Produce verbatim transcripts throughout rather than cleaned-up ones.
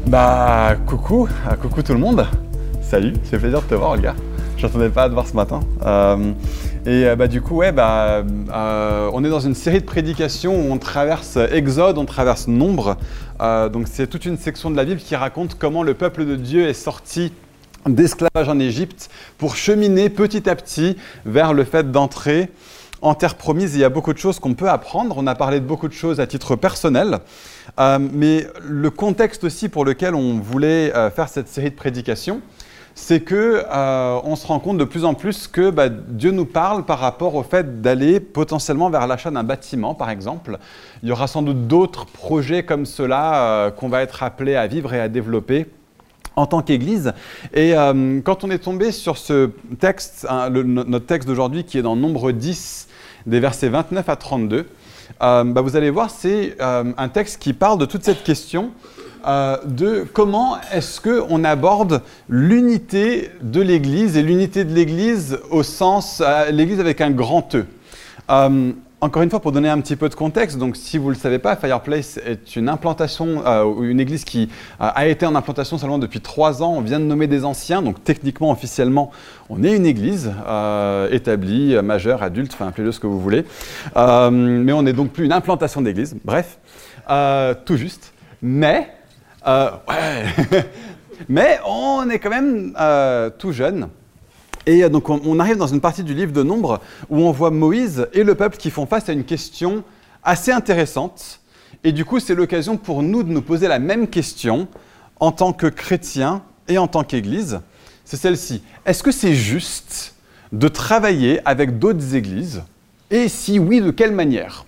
Bah, coucou, ah, coucou tout le monde. Salut, ça fait plaisir de te voir, Olga. Je n'attendais pas à te voir ce matin. Euh, et euh, bah, du coup, ouais, bah, euh, on est dans une série de prédications où on traverse Exode, on traverse Nombre. Euh, donc c'est toute une section de la Bible qui raconte comment le peuple de Dieu est sorti d'esclavage en Égypte pour cheminer petit à petit vers le fait d'entrer en terre promise. Il y a beaucoup de choses qu'on peut apprendre. On a parlé de beaucoup de choses à titre personnel. Euh, mais le contexte aussi pour lequel on voulait euh, faire cette série de prédications, c'est qu'on euh, se rend compte de plus en plus que bah, Dieu nous parle par rapport au fait d'aller potentiellement vers l'achat d'un bâtiment, par exemple. Il y aura sans doute d'autres projets comme cela euh, qu'on va être appelés à vivre et à développer en tant qu'Église. Et euh, quand on est tombé sur ce texte, hein, le, notre texte d'aujourd'hui qui est dans Nombre dix, des versets vingt-neuf à trente-deux, euh, bah, vous allez voir, c'est euh, un texte qui parle de toute cette question euh, de comment est-ce qu'on aborde l'unité de l'Église et l'unité de l'Église au sens, euh, l'Église avec un grand E. Euh, Encore une fois, pour donner un petit peu de contexte, donc si vous ne le savez pas, Fireplace est une implantation, euh, une église qui euh, a été en implantation seulement depuis trois ans. On vient de nommer des anciens, donc techniquement, officiellement, on est une église euh, établie, euh, majeure, adulte, enfin appelez-le ce que vous voulez. Euh, mais on n'est donc plus une implantation d'église, bref, euh, tout juste. Mais, euh, ouais, mais on est quand même euh, tout jeune. Et donc on arrive dans une partie du livre de Nombre où on voit Moïse et le peuple qui font face à une question assez intéressante. Et du coup, c'est l'occasion pour nous de nous poser la même question en tant que chrétiens et en tant qu'Église. C'est celle-ci. Est-ce que c'est juste de travailler avec d'autres églises? Et si oui, de quelle manière?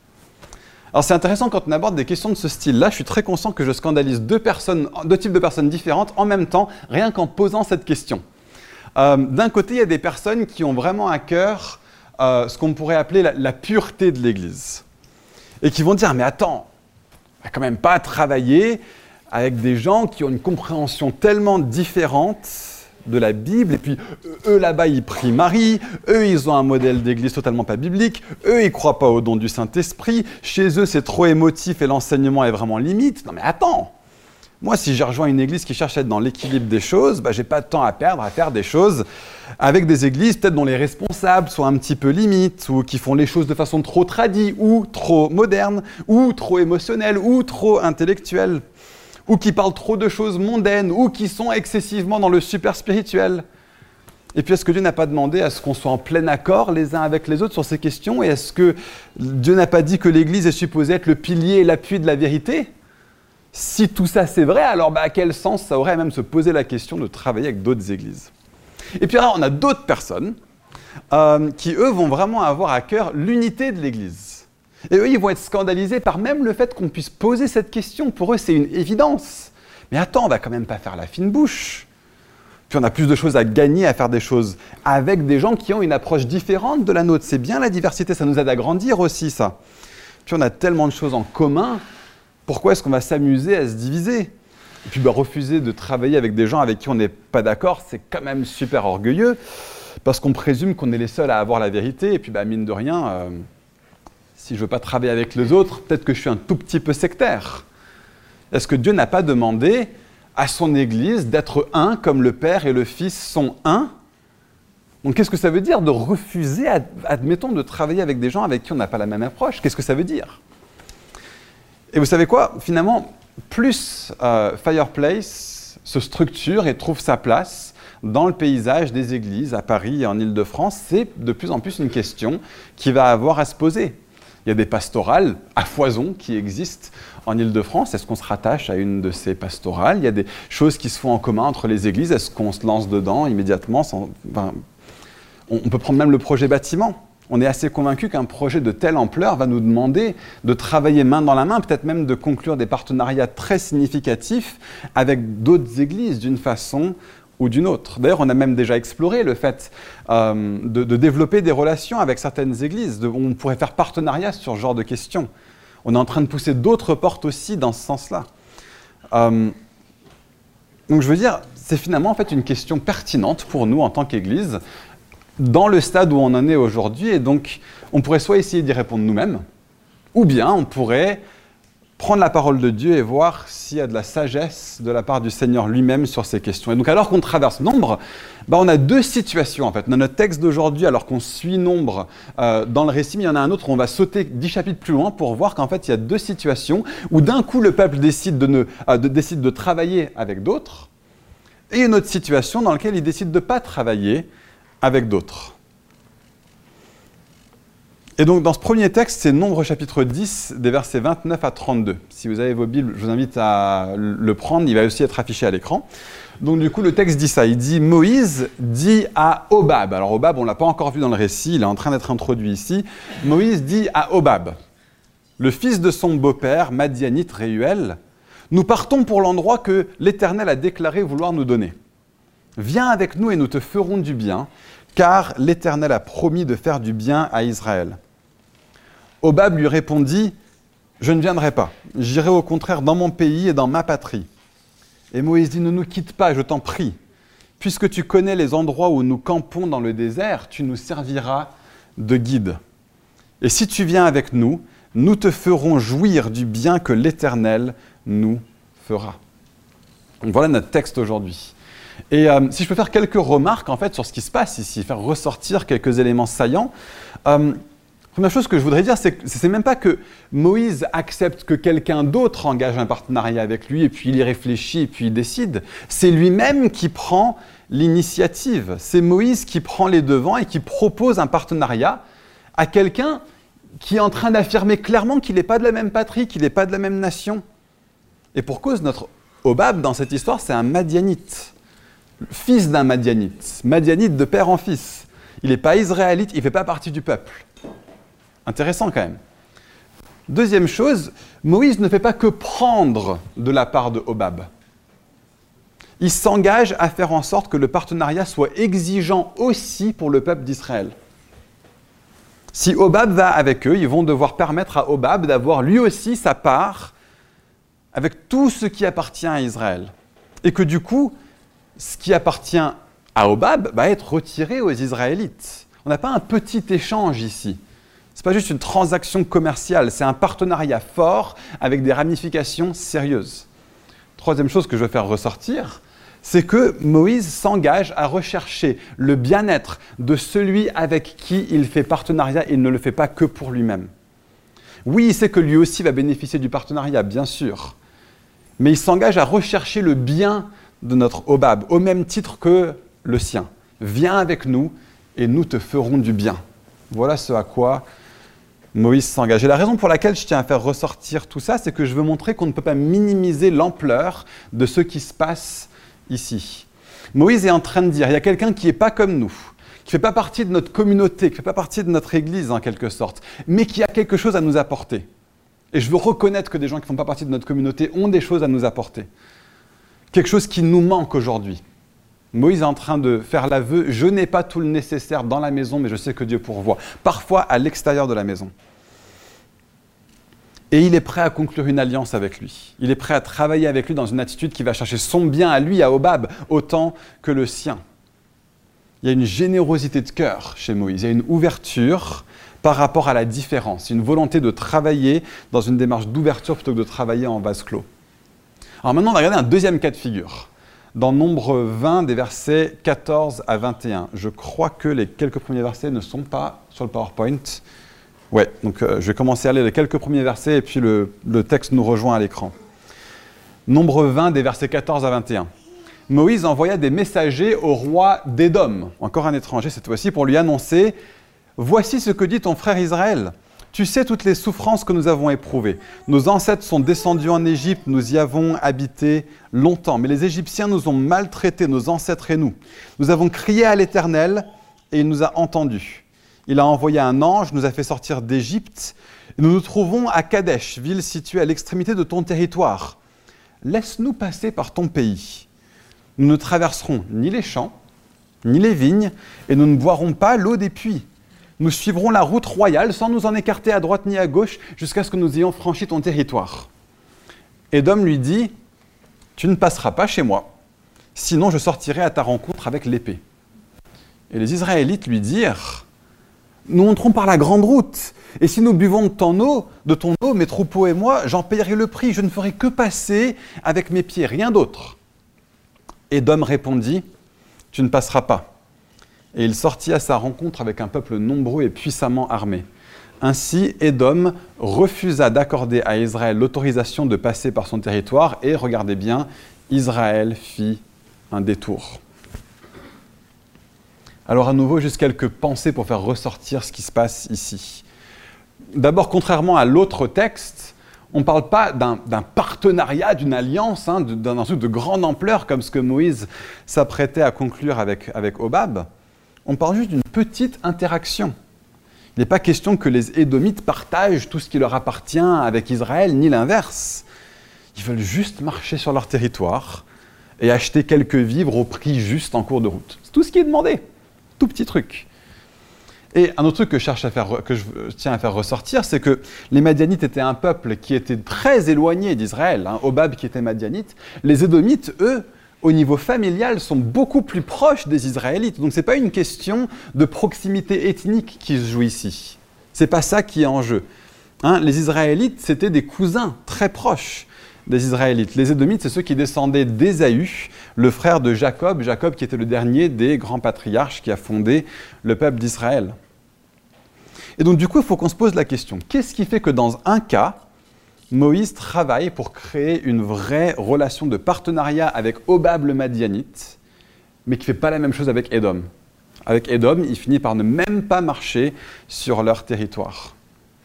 Alors c'est intéressant quand on aborde des questions de ce style-là. Je suis très conscient que je scandalise deux, personnes, deux types de personnes différentes en même temps, rien qu'en posant cette question. Euh, d'un côté, il y a des personnes qui ont vraiment à cœur euh, ce qu'on pourrait appeler la, la pureté de l'Église. Et qui vont dire, mais attends, on va quand même pas travailler avec des gens qui ont une compréhension tellement différente de la Bible. Et puis, eux là-bas, ils prient Marie. Eux, ils ont un modèle d'Église totalement pas biblique. Eux, ils croient pas au don du Saint-Esprit. Chez eux, c'est trop émotif et l'enseignement est vraiment limite. Non mais attends! Moi, si j'ai rejoint une église qui cherche à être dans l'équilibre des choses, bah, je n'ai pas de temps à perdre à faire des choses avec des églises peut-être dont les responsables sont un petit peu limites, ou qui font les choses de façon trop tradie, ou trop moderne, ou trop émotionnelle, ou trop intellectuelle, ou qui parlent trop de choses mondaines, ou qui sont excessivement dans le super spirituel. Et puis, est-ce que Dieu n'a pas demandé à ce qu'on soit en plein accord les uns avec les autres sur ces questions? Et est-ce que Dieu n'a pas dit que l'Église est supposée être le pilier et l'appui de la vérité? Si tout ça c'est vrai, alors bah, à quel sens ça aurait même se poser la question de travailler avec d'autres églises? Et puis alors, on a d'autres personnes euh, qui, eux, vont vraiment avoir à cœur l'unité de l'Église. Et eux, ils vont être scandalisés par même le fait qu'on puisse poser cette question. Pour eux, c'est une évidence. Mais attends, on va quand même pas faire la fine bouche. Puis on a plus de choses à gagner à faire des choses avec des gens qui ont une approche différente de la nôtre. C'est bien la diversité, ça nous aide à grandir aussi, ça. Puis on a tellement de choses en commun. Pourquoi est-ce qu'on va s'amuser à se diviser? Et puis bah, refuser de travailler avec des gens avec qui on n'est pas d'accord, c'est quand même super orgueilleux, parce qu'on présume qu'on est les seuls à avoir la vérité, et puis bah, mine de rien, euh, si je ne veux pas travailler avec les autres, peut-être que je suis un tout petit peu sectaire. Est-ce que Dieu n'a pas demandé à son Église d'être un comme le Père et le Fils sont un? Donc qu'est-ce que ça veut dire de refuser, admettons, de travailler avec des gens avec qui on n'a pas la même approche? Qu'est-ce que ça veut dire? Et vous savez quoi? Finalement, plus euh, Fireplace se structure et trouve sa place dans le paysage des églises à Paris et en Île-de-France, c'est de plus en plus une question qui va avoir à se poser. Il y a des pastorales à foison qui existent en Île-de-France. Est-ce qu'on se rattache à une de ces pastorales? Il y a des choses qui se font en commun entre les églises. Est-ce qu'on se lance dedans immédiatement sans... enfin, on, on peut prendre même le projet bâtiment. On est assez convaincu qu'un projet de telle ampleur va nous demander de travailler main dans la main, peut-être même de conclure des partenariats très significatifs avec d'autres églises d'une façon ou d'une autre. D'ailleurs, on a même déjà exploré le fait euh, de, de développer des relations avec certaines églises. De, on pourrait faire partenariat sur ce genre de questions. On est en train de pousser d'autres portes aussi dans ce sens-là. Euh, donc je veux dire, c'est finalement en fait une question pertinente pour nous en tant qu'Église, dans le stade où on en est aujourd'hui, et donc on pourrait soit essayer d'y répondre nous-mêmes, ou bien on pourrait prendre la parole de Dieu et voir s'il y a de la sagesse de la part du Seigneur lui-même sur ces questions. Et donc, alors qu'on traverse Nombre, bah, on a deux situations en fait. Dans notre texte d'aujourd'hui, alors qu'on suit Nombre euh, dans le récit, mais il y en a un autre où on va sauter dix chapitres plus loin pour voir qu'en fait, il y a deux situations où d'un coup, le peuple décide de, ne, euh, de, décide de travailler avec d'autres, et une autre situation dans laquelle il décide de ne pas travailler avec d'autres. Et donc, dans ce premier texte, c'est Nombre chapitre dix, des versets vingt-neuf à trente-deux. Si vous avez vos Bibles, je vous invite à le prendre, il va aussi être affiché à l'écran. Donc, du coup, le texte dit ça, il dit « Moïse dit à Hobab ». Alors, Hobab, on ne l'a pas encore vu dans le récit, il est en train d'être introduit ici. Moïse dit à Hobab, le fils de son beau-père, Madianite Réuel, « Nous partons pour l'endroit que l'Éternel a déclaré vouloir nous donner. Viens avec nous et nous te ferons du bien, car l'Éternel a promis de faire du bien à Israël. » Hobab lui répondit, « Je ne viendrai pas, j'irai au contraire dans mon pays et dans ma patrie. » Et Moïse dit, « Ne nous quitte pas, je t'en prie. Puisque tu connais les endroits où nous campons dans le désert, tu nous serviras de guide. Et si tu viens avec nous, nous te ferons jouir du bien que l'Éternel nous fera. » Donc voilà notre texte aujourd'hui. Et euh, si je peux faire quelques remarques en fait sur ce qui se passe ici, faire ressortir quelques éléments saillants. Euh, Première chose que je voudrais dire, c'est que ce n'est même pas que Moïse accepte que quelqu'un d'autre engage un partenariat avec lui, et puis il y réfléchit, et puis il décide. C'est lui-même qui prend l'initiative. C'est Moïse qui prend les devants et qui propose un partenariat à quelqu'un qui est en train d'affirmer clairement qu'il n'est pas de la même patrie, qu'il n'est pas de la même nation. Et pour cause, notre Hobab, dans cette histoire, c'est un Madianite, fils d'un Madianite, Madianite de père en fils. Il n'est pas israélite, il ne fait pas partie du peuple. Intéressant quand même. Deuxième chose, Moïse ne fait pas que prendre de la part de Hobab. Il s'engage à faire en sorte que le partenariat soit exigeant aussi pour le peuple d'Israël. Si Hobab va avec eux, ils vont devoir permettre à Hobab d'avoir lui aussi sa part avec tout ce qui appartient à Israël. Et que du coup, ce qui appartient à Hobab va être retiré aux Israélites. On n'a pas un petit échange ici. Ce n'est pas juste une transaction commerciale, c'est un partenariat fort avec des ramifications sérieuses. Troisième chose que je veux faire ressortir, c'est que Moïse s'engage à rechercher le bien-être de celui avec qui il fait partenariat. Il ne le fait pas que pour lui-même. Oui, il sait que lui aussi va bénéficier du partenariat, bien sûr. Mais il s'engage à rechercher le bien de notre Hobab, au même titre que le sien. Viens avec nous et nous te ferons du bien. Voilà ce à quoi Moïse s'engage. Et la raison pour laquelle je tiens à faire ressortir tout ça, c'est que je veux montrer qu'on ne peut pas minimiser l'ampleur de ce qui se passe ici. Moïse est en train de dire, il y a quelqu'un qui n'est pas comme nous, qui ne fait pas partie de notre communauté, qui ne fait pas partie de notre église en quelque sorte, mais qui a quelque chose à nous apporter. Et je veux reconnaître que des gens qui ne font pas partie de notre communauté ont des choses à nous apporter. Quelque chose qui nous manque aujourd'hui. Moïse est en train de faire l'aveu, je n'ai pas tout le nécessaire dans la maison, mais je sais que Dieu pourvoit. Parfois à l'extérieur de la maison. Et il est prêt à conclure une alliance avec lui. Il est prêt à travailler avec lui dans une attitude qui va chercher son bien à lui, à Hobab, autant que le sien. Il y a une générosité de cœur chez Moïse, il y a une ouverture par rapport à la différence, une volonté de travailler dans une démarche d'ouverture plutôt que de travailler en vase clos. Alors maintenant, on va regarder un deuxième cas de figure. Dans Nombre vingt, des versets quatorze à vingt et un. Je crois que les quelques premiers versets ne sont pas sur le PowerPoint. Ouais, donc euh, je vais commencer à lire les quelques premiers versets et puis le, le texte nous rejoint à l'écran. Nombre vingt, des versets quatorze à vingt et un. Moïse envoya des messagers au roi d'Édom, encore un étranger cette fois-ci, pour lui annoncer « Voici ce que dit ton frère Israël. Tu sais toutes les souffrances que nous avons éprouvées. Nos ancêtres sont descendus en Égypte, nous y avons habité longtemps. Mais les Égyptiens nous ont maltraités, nos ancêtres et nous. Nous avons crié à l'Éternel et il nous a entendus. Il a envoyé un ange, nous a fait sortir d'Égypte. Nous nous trouvons à Kadesh, ville située à l'extrémité de ton territoire. Laisse-nous passer par ton pays. Nous ne traverserons ni les champs, ni les vignes, et nous ne boirons pas l'eau des puits. Nous suivrons la route royale sans nous en écarter à droite ni à gauche jusqu'à ce que nous ayons franchi ton territoire. Édom lui dit, « Tu ne passeras pas chez moi, sinon je sortirai à ta rencontre avec l'épée. » Et les Israélites lui dirent, nous monterons par la grande route. Et si nous buvons de ton eau, de ton eau, mes troupeaux et moi, j'en payerai le prix. Je ne ferai que passer avec mes pieds, rien d'autre. » Édom répondit, « Tu ne passeras pas. » Et il sortit à sa rencontre avec un peuple nombreux et puissamment armé. Ainsi, Édom refusa d'accorder à Israël l'autorisation de passer par son territoire et, regardez bien, Israël fit un détour. Alors à nouveau, juste quelques pensées pour faire ressortir ce qui se passe ici. D'abord, contrairement à l'autre texte, on ne parle pas d'un, d'un partenariat, d'une alliance, hein, d'un truc de grande ampleur comme ce que Moïse s'apprêtait à conclure avec, avec Hobab. On parle juste d'une petite interaction. Il n'est pas question que les Édomites partagent tout ce qui leur appartient avec Israël, ni l'inverse. Ils veulent juste marcher sur leur territoire et acheter quelques vivres au prix juste en cours de route. C'est tout ce qui est demandé. Tout petit truc. Et un autre truc que je, cherche à faire, que je tiens à faire ressortir, c'est que les Madianites étaient un peuple qui était très éloigné d'Israël. Hein, Hobab qui était Madianite. Les Édomites, eux, au niveau familial, sont beaucoup plus proches des Israélites. Donc ce n'est pas une question de proximité ethnique qui se joue ici. Ce n'est pas ça qui est en jeu. Hein, les Israélites, c'était des cousins très proches des Israélites. Les Édomites, c'est ceux qui descendaient d'Ésaü, le frère de Jacob, Jacob qui était le dernier des grands patriarches qui a fondé le peuple d'Israël. Et donc du coup, il faut qu'on se pose la question, qu'est-ce qui fait que dans un cas, Moïse travaille pour créer une vraie relation de partenariat avec Hobab le Madianite, mais qui ne fait pas la même chose avec Édom. Avec Édom, il finit par ne même pas marcher sur leur territoire.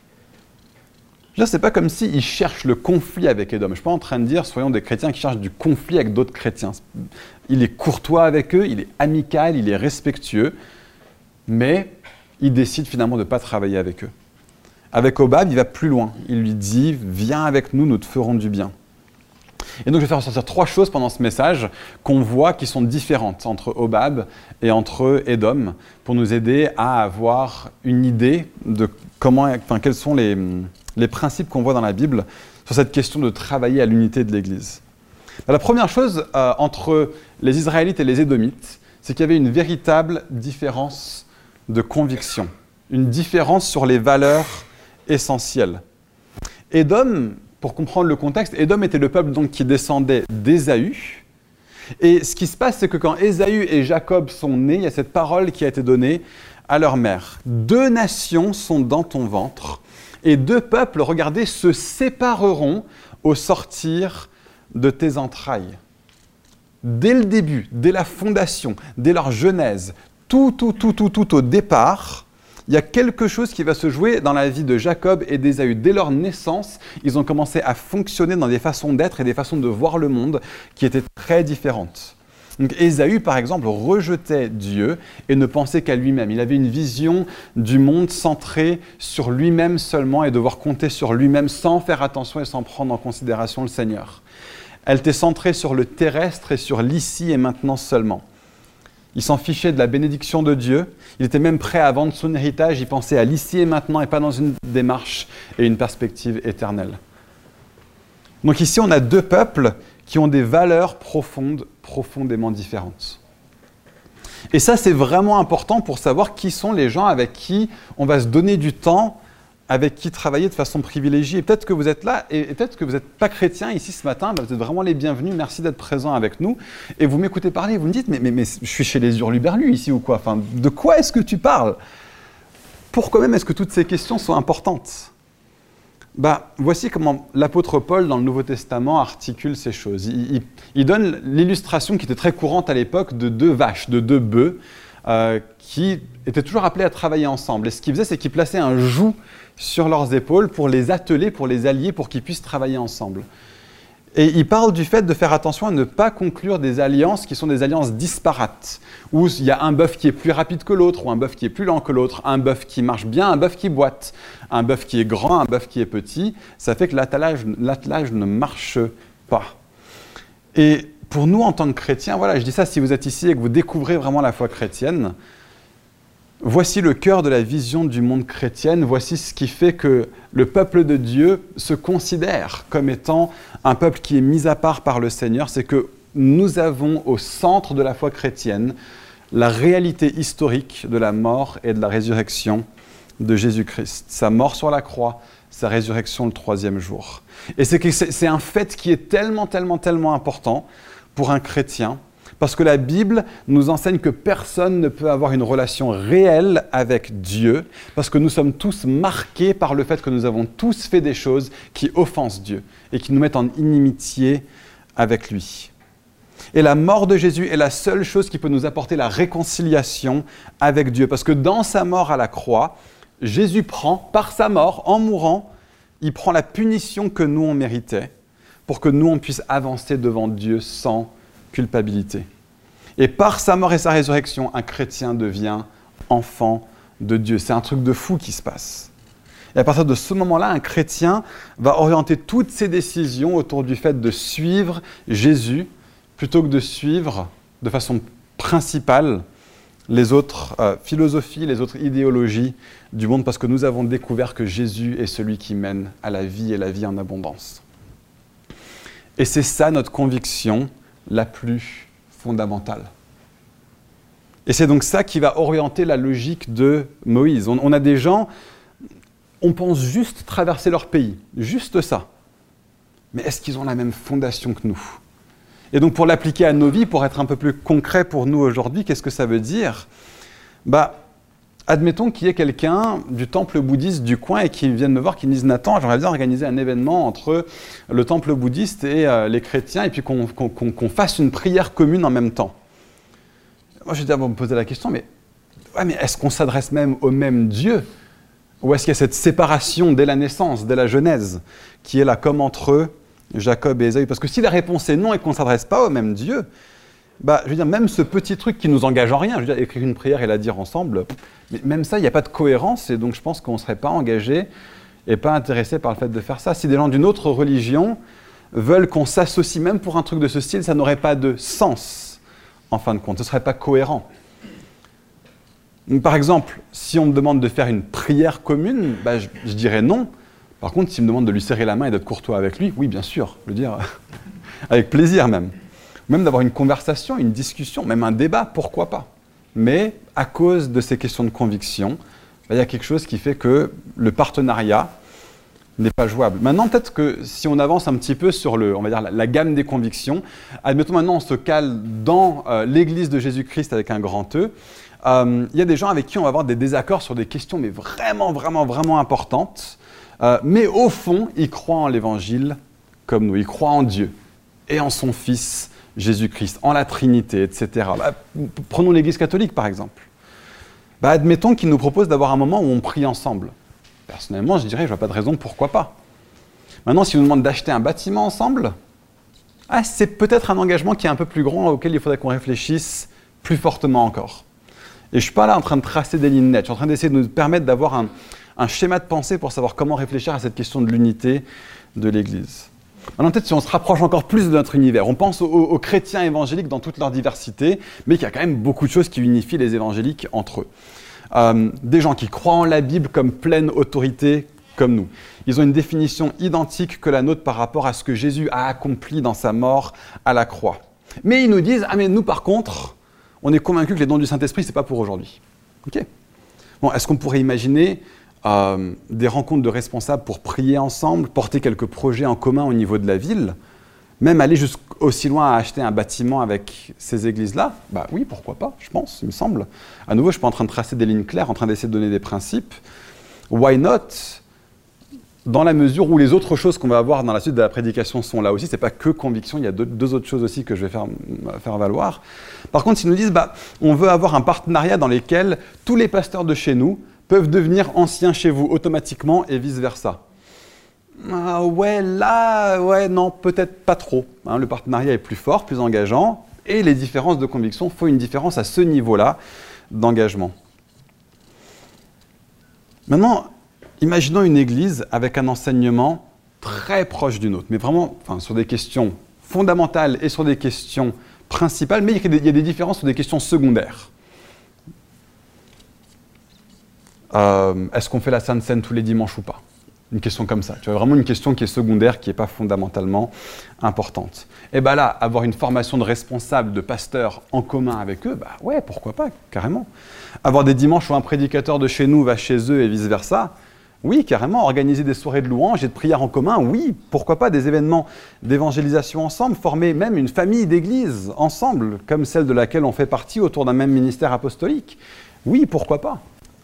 Ce n'est pas comme s'il cherche le conflit avec Édom. Je ne suis pas en train de dire, soyons des chrétiens qui cherchent du conflit avec d'autres chrétiens. Il est courtois avec eux, il est amical, il est respectueux, mais il décide finalement de ne pas travailler avec eux. Avec Hobab, il va plus loin. Il lui dit, viens avec nous, nous te ferons du bien. Et donc je vais faire ressortir trois choses pendant ce message qu'on voit qui sont différentes entre Hobab et entre Édom, pour nous aider à avoir une idée de comment, enfin, quels sont les... les principes qu'on voit dans la Bible sur cette question de travailler à l'unité de l'Église. La première chose euh, entre les Israélites et les Édomites, c'est qu'il y avait une véritable différence de conviction, une différence sur les valeurs essentielles. Édom, pour comprendre le contexte, Édom était le peuple donc, qui descendait d'Ésaü. Et ce qui se passe, c'est que quand Ésaü et Jacob sont nés, il y a cette parole qui a été donnée à leur mère. « Deux nations sont dans ton ventre, et deux peuples, regardez, se sépareront au sortir de tes entrailles. » Dès le début, dès la fondation, dès leur genèse, tout, tout, tout, tout, tout au départ, il y a quelque chose qui va se jouer dans la vie de Jacob et d'Ésaü. Dès leur naissance, ils ont commencé à fonctionner dans des façons d'être et des façons de voir le monde qui étaient très différentes. Donc Ésaü, par exemple, rejetait Dieu et ne pensait qu'à lui-même. Il avait une vision du monde centrée sur lui-même seulement et devoir compter sur lui-même sans faire attention et sans prendre en considération le Seigneur. Elle était centrée sur le terrestre et sur l'ici et maintenant seulement. Il s'en fichait de la bénédiction de Dieu. Il était même prêt à vendre son héritage. Il pensait à l'ici et maintenant et pas dans une démarche et une perspective éternelle. Donc ici, on a deux peuples qui ont des valeurs profondes, profondément différentes. Et ça, c'est vraiment important pour savoir qui sont les gens avec qui on va se donner du temps, avec qui travailler de façon privilégiée. Et peut-être que vous êtes là, et peut-être que vous n'êtes pas chrétien ici ce matin, bah vous êtes vraiment les bienvenus, merci d'être présents avec nous. Et vous m'écoutez parler, vous me dites, mais, mais, mais je suis chez les hurluberlus ici ou quoi? Enfin, de quoi est-ce que tu parles? Pourquoi même est-ce que toutes ces questions sont importantes? Bah, voici comment l'apôtre Paul, dans le Nouveau Testament, articule ces choses. Il, il, il donne l'illustration qui était très courante à l'époque de deux vaches, de deux bœufs, euh, qui étaient toujours appelés à travailler ensemble. Et ce qu'il faisait, c'est qu'il plaçait un joug sur leurs épaules pour les atteler, pour les allier, pour qu'ils puissent travailler ensemble. Et il parle du fait de faire attention à ne pas conclure des alliances qui sont des alliances disparates, où il y a un bœuf qui est plus rapide que l'autre, ou un bœuf qui est plus lent que l'autre, un bœuf qui marche bien, un bœuf qui boite, un bœuf qui est grand, un bœuf qui est petit. Ça fait que l'attelage, l'attelage ne marche pas. Et pour nous, en tant que chrétiens, voilà, je dis ça, si vous êtes ici et que vous découvrez vraiment la foi chrétienne, voici le cœur de la vision du monde chrétienne, voici ce qui fait que le peuple de Dieu se considère comme étant un peuple qui est mis à part par le Seigneur, c'est que nous avons au centre de la foi chrétienne la réalité historique de la mort et de la résurrection de Jésus-Christ. Sa mort sur la croix, sa résurrection le troisième jour. Et c'est, que c'est, c'est un fait qui est tellement, tellement, tellement important pour un chrétien, parce que la Bible nous enseigne que personne ne peut avoir une relation réelle avec Dieu, parce que nous sommes tous marqués par le fait que nous avons tous fait des choses qui offensent Dieu et qui nous mettent en inimitié avec lui. Et la mort de Jésus est la seule chose qui peut nous apporter la réconciliation avec Dieu, parce que dans sa mort à la croix, Jésus prend, par sa mort, en mourant, il prend la punition que nous on méritait, pour que nous on puisse avancer devant Dieu sans culpabilité. Et par sa mort et sa résurrection, un chrétien devient enfant de Dieu. C'est un truc de fou qui se passe. Et à partir de ce moment-là, un chrétien va orienter toutes ses décisions autour du fait de suivre Jésus, plutôt que de suivre de façon principale les autres euh, philosophies, les autres idéologies du monde, parce que nous avons découvert que Jésus est celui qui mène à la vie et la vie en abondance. Et c'est ça notre conviction la plus fondamentale. Et c'est donc ça qui va orienter la logique de Moïse. On, on a des gens, on pense juste traverser leur pays, juste ça. Mais est-ce qu'ils ont la même fondation que nous ? Et donc pour l'appliquer à nos vies, pour être un peu plus concret pour nous aujourd'hui, qu'est-ce que ça veut dire ? Bah, admettons qu'il y ait quelqu'un du temple bouddhiste du coin et qui vienne me voir, qui me dise « Nathan, j'aimerais bien organiser un événement entre le temple bouddhiste et euh, les chrétiens et puis qu'on, qu'on, qu'on fasse une prière commune en même temps. » Moi, je vais d'abord me poser la question, mais, ouais, mais est-ce qu'on s'adresse même au même Dieu ? Ou est-ce qu'il y a cette séparation dès la naissance, dès la Genèse, qui est là comme entre Jacob et Ésaü ? Parce que si la réponse est non et qu'on ne s'adresse pas au même Dieu, bah, je veux dire, même ce petit truc qui nous engage en rien, je veux dire, écrire une prière et la dire ensemble, mais même ça, il n'y a pas de cohérence, et donc je pense qu'on ne serait pas engagé et pas intéressé par le fait de faire ça. Si des gens d'une autre religion veulent qu'on s'associe même pour un truc de ce style, ça n'aurait pas de sens, en fin de compte, ce ne serait pas cohérent. Par exemple, si on me demande de faire une prière commune, bah, je, je dirais non. Par contre, s'il me demande de lui serrer la main et d'être courtois avec lui, oui, bien sûr, je veux dire, avec plaisir même. Même d'avoir une conversation, une discussion, même un débat, pourquoi pas. Mais à cause de ces questions de conviction, il y a quelque chose qui fait que le partenariat n'est pas jouable. Maintenant, peut-être que si on avance un petit peu sur le, on va dire, la, la gamme des convictions, admettons maintenant on se cale dans euh, l'Église de Jésus-Christ avec un grand E, euh, il y a des gens avec qui on va avoir des désaccords sur des questions mais vraiment, vraiment, vraiment importantes, euh, mais au fond, ils croient en l'Évangile comme nous, ils croient en Dieu et en son Fils Jésus-Christ, en la Trinité, et cetera. Bah, prenons l'Église catholique, par exemple. Bah, admettons qu'il nous propose d'avoir un moment où on prie ensemble. Personnellement, je dirais, je ne vois pas de raison, pourquoi pas. Maintenant, si on nous demande d'acheter un bâtiment ensemble, ah, c'est peut-être un engagement qui est un peu plus grand, auquel il faudrait qu'on réfléchisse plus fortement encore. Et je ne suis pas là en train de tracer des lignes nettes, je suis en train d'essayer de nous permettre d'avoir un, un schéma de pensée pour savoir comment réfléchir à cette question de l'unité de l'Église. Maintenant, peut-être si on se rapproche encore plus de notre univers, on pense aux, aux chrétiens évangéliques dans toute leur diversité, mais qu'il y a quand même beaucoup de choses qui unifient les évangéliques entre eux. Euh, des gens qui croient en la Bible comme pleine autorité, comme nous. Ils ont une définition identique que la nôtre par rapport à ce que Jésus a accompli dans sa mort à la croix. Mais ils nous disent, ah mais nous par contre, on est convaincus que les dons du Saint-Esprit, ce n'est pas pour aujourd'hui. Ok. Bon, est-ce qu'on pourrait imaginer Euh, des rencontres de responsables pour prier ensemble, porter quelques projets en commun au niveau de la ville, même aller aussi loin à acheter un bâtiment avec ces églises-là? Bah oui, pourquoi pas, je pense, il me semble. À nouveau, je suis pas en train de tracer des lignes claires, en train d'essayer de donner des principes. Why not? Dans la mesure où les autres choses qu'on va avoir dans la suite de la prédication sont là aussi, c'est pas que conviction, il y a deux, deux autres choses aussi que je vais faire, faire valoir. Par contre, s'ils nous disent, bah, on veut avoir un partenariat dans lequel tous les pasteurs de chez nous peuvent devenir anciens chez vous automatiquement et vice-versa. Ah ouais, là, ouais, non, peut-être pas trop. Hein, le partenariat est plus fort, plus engageant, et les différences de conviction, il faut une différence à ce niveau-là d'engagement. Maintenant, imaginons une église avec un enseignement très proche du nôtre, mais vraiment enfin, sur des questions fondamentales et sur des questions principales, mais il y a des, il y a des différences sur des questions secondaires. Euh, est-ce qu'on fait la Sainte Seine tous les dimanches ou pas? Une question comme ça, tu vois, vraiment une question qui est secondaire, qui n'est pas fondamentalement importante. Et bien là, avoir une formation de responsable, de pasteur en commun avec eux, bah ouais, pourquoi pas, carrément. Avoir des dimanches où un prédicateur de chez nous va chez eux et vice-versa, oui, carrément. Organiser des soirées de louanges et de prières en commun, oui, pourquoi pas. Des événements d'évangélisation ensemble, former même une famille d'église ensemble, comme celle de laquelle on fait partie autour d'un même ministère apostolique, oui, pourquoi pas.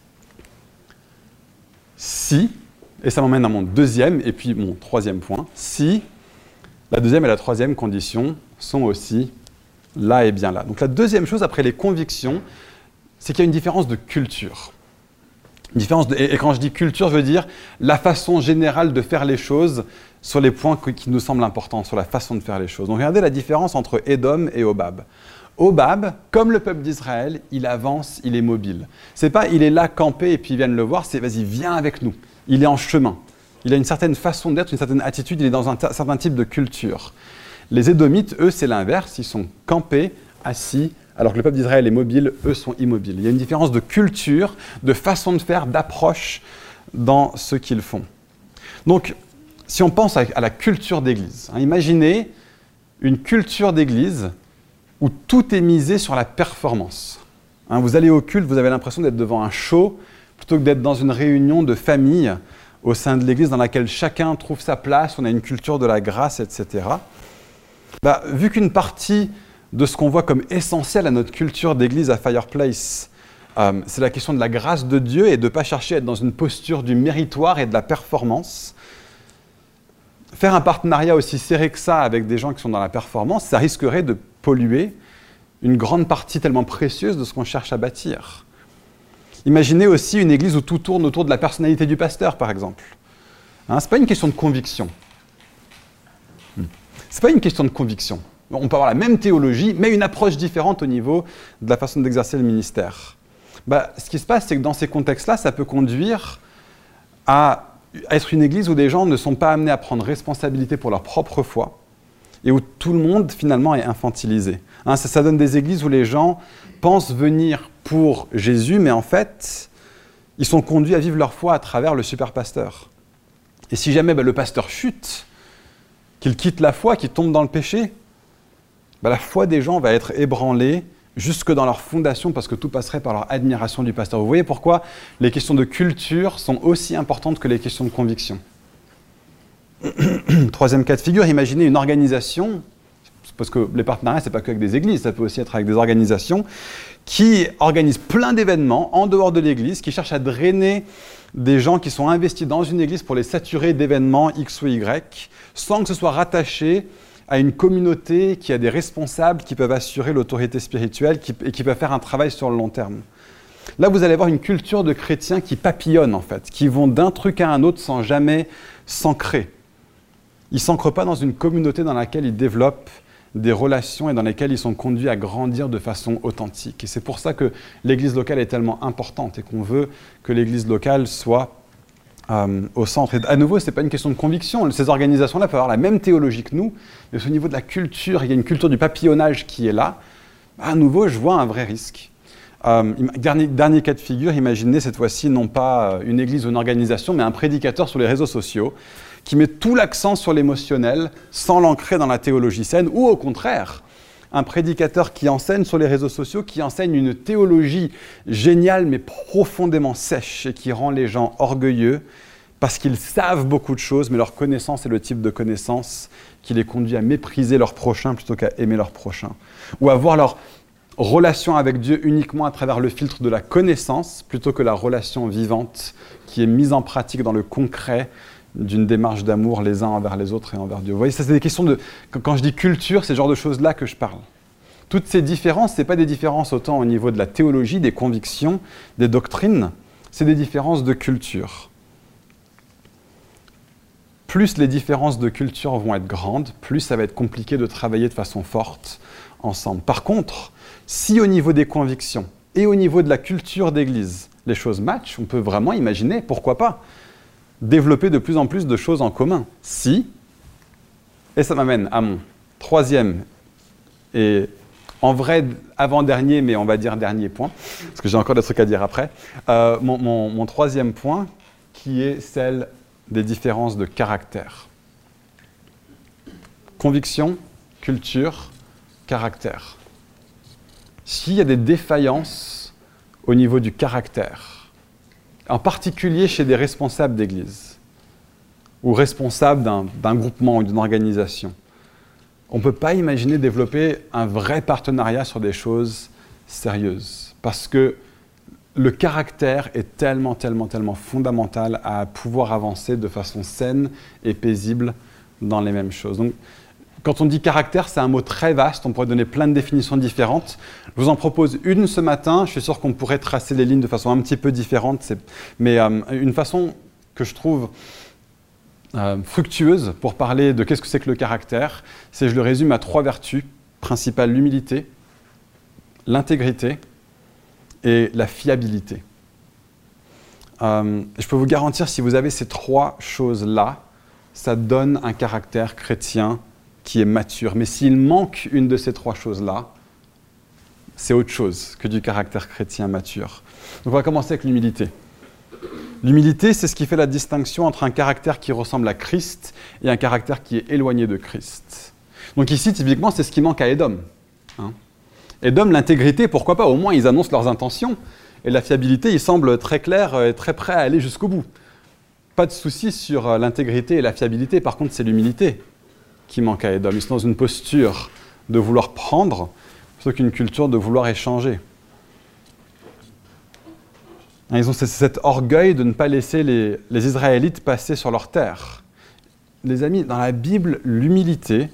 Si... Et ça m'emmène à mon deuxième et puis mon troisième point. Si la deuxième et la troisième condition sont aussi là et bien là. Donc la deuxième chose après les convictions, c'est qu'il y a une différence de culture. Une différence de, et quand je dis culture, je veux dire la façon générale de faire les choses sur les points qui nous semblent importants, sur la façon de faire les choses. Donc regardez la différence entre Édom et Hobab. Hobab, comme le peuple d'Israël, il avance, il est mobile. C'est pas il est là campé et puis ils viennent le voir, c'est vas-y, viens avec nous. Il est en chemin. Il a une certaine façon d'être, une certaine attitude, il est dans un t- certain type de culture. Les Édomites, eux, c'est l'inverse. Ils sont campés, assis, alors que le peuple d'Israël est mobile, eux sont immobiles. Il y a une différence de culture, de façon de faire, d'approche dans ce qu'ils font. Donc, si on pense à, à la culture d'église, hein, imaginez une culture d'église où tout est misé sur la performance. Hein, vous allez au culte, vous avez l'impression d'être devant un show, plutôt que d'être dans une réunion de famille au sein de l'Église dans laquelle chacun trouve sa place, on a une culture de la grâce, et cetera. Bah, vu qu'une partie de ce qu'on voit comme essentiel à notre culture d'Église à Fireplace, euh, c'est la question de la grâce de Dieu et de ne pas chercher à être dans une posture du méritoire et de la performance, faire un partenariat aussi serré que ça avec des gens qui sont dans la performance, ça risquerait de polluer une grande partie tellement précieuse de ce qu'on cherche à bâtir. Imaginez aussi une église où tout tourne autour de la personnalité du pasteur, par exemple. Hein, ce n'est pas une question de conviction. Ce n'est pas une question de conviction. On peut avoir la même théologie, mais une approche différente au niveau de la façon d'exercer le ministère. Bah, ce qui se passe, c'est que dans ces contextes-là, ça peut conduire à être une église où des gens ne sont pas amenés à prendre responsabilité pour leur propre foi et où tout le monde, finalement, est infantilisé. Hein, ça, ça donne des églises où les gens pensent venir pour Jésus, mais en fait, ils sont conduits à vivre leur foi à travers le super pasteur. Et si jamais bah, le pasteur chute, qu'il quitte la foi, qu'il tombe dans le péché, bah, la foi des gens va être ébranlée jusque dans leur fondation parce que tout passerait par leur admiration du pasteur. Vous voyez pourquoi les questions de culture sont aussi importantes que les questions de conviction. Troisième cas de figure, imaginez une organisation, parce que les partenariats, ce n'est pas qu'avec des églises, ça peut aussi être avec des organisations qui organisent plein d'événements en dehors de l'église, qui cherchent à drainer des gens qui sont investis dans une église pour les saturer d'événements X ou Y, sans que ce soit rattaché à une communauté qui a des responsables qui peuvent assurer l'autorité spirituelle qui, et qui peuvent faire un travail sur le long terme. Là, vous allez avoir une culture de chrétiens qui papillonnent, en fait, qui vont d'un truc à un autre sans jamais s'ancrer. Ils ne s'ancrent pas dans une communauté dans laquelle ils développent des relations et dans lesquelles ils sont conduits à grandir de façon authentique. Et c'est pour ça que l'église locale est tellement importante et qu'on veut que l'église locale soit euh, au centre. Et à nouveau, ce n'est pas une question de conviction. Ces organisations-là peuvent avoir la même théologie que nous, mais au niveau de la culture, il y a une culture du papillonnage qui est là. À nouveau, je vois un vrai risque. Euh, dernier, dernier cas de figure, imaginez cette fois-ci non pas une église ou une organisation, mais un prédicateur sur les réseaux sociaux qui met tout l'accent sur l'émotionnel sans l'ancrer dans la théologie saine, ou au contraire, un prédicateur qui enseigne sur les réseaux sociaux, qui enseigne une théologie géniale mais profondément sèche et qui rend les gens orgueilleux parce qu'ils savent beaucoup de choses, mais leur connaissance est le type de connaissance qui les conduit à mépriser leur prochain plutôt qu'à aimer leur prochain, ou à voir leur relation avec Dieu uniquement à travers le filtre de la connaissance plutôt que la relation vivante qui est mise en pratique dans le concret d'une démarche d'amour les uns envers les autres et envers Dieu. Vous voyez, ça c'est des questions de... Quand je dis culture, c'est ce genre de choses-là que je parle. Toutes ces différences, ce n'est pas des différences autant au niveau de la théologie, des convictions, des doctrines, c'est des différences de culture. Plus les différences de culture vont être grandes, plus ça va être compliqué de travailler de façon forte ensemble. Par contre, si au niveau des convictions et au niveau de la culture d'église, les choses matchent, on peut vraiment imaginer, pourquoi pas, développer de plus en plus de choses en commun. Si, et ça m'amène à mon troisième et en vrai avant-dernier, mais on va dire dernier point, parce que j'ai encore des trucs à dire après, euh, mon, mon, mon troisième point qui est celle des différences de caractère. Conviction, culture, caractère. S'il y a des défaillances au niveau du caractère, en particulier chez des responsables d'église ou responsables d'un, d'un groupement ou d'une organisation, on ne peut pas imaginer développer un vrai partenariat sur des choses sérieuses. Parce que le caractère est tellement, tellement, tellement fondamental à pouvoir avancer de façon saine et paisible dans les mêmes choses. Donc, quand on dit caractère, c'est un mot très vaste, on pourrait donner plein de définitions différentes. Je vous en propose une ce matin, je suis sûr qu'on pourrait tracer les lignes de façon un petit peu différente, c'est... mais euh, une façon que je trouve euh, fructueuse pour parler de qu'est-ce que c'est que le caractère, c'est, je le résume à trois vertus principales: l'humilité, l'intégrité et la fiabilité. Euh, je peux vous garantir, si vous avez ces trois choses-là, ça donne un caractère chrétien qui est mature. Mais s'il manque une de ces trois choses-là, c'est autre chose que du caractère chrétien mature. Donc on va commencer avec l'humilité. L'humilité, c'est ce qui fait la distinction entre un caractère qui ressemble à Christ et un caractère qui est éloigné de Christ. Donc ici, typiquement, c'est ce qui manque à Édom. Hein. Édom, l'intégrité, pourquoi pas? Au moins, ils annoncent leurs intentions. Et la fiabilité, ils semblent très clairs et très prêts à aller jusqu'au bout. Pas de souci sur l'intégrité et la fiabilité. Par contre, c'est l'humilité qui manque à Édom. Ils sont dans une posture de vouloir prendre plutôt qu'une culture de vouloir échanger. Ils ont cet orgueil de ne pas laisser les, les Israélites passer sur leur terre. Les amis, dans la Bible, l'humilité,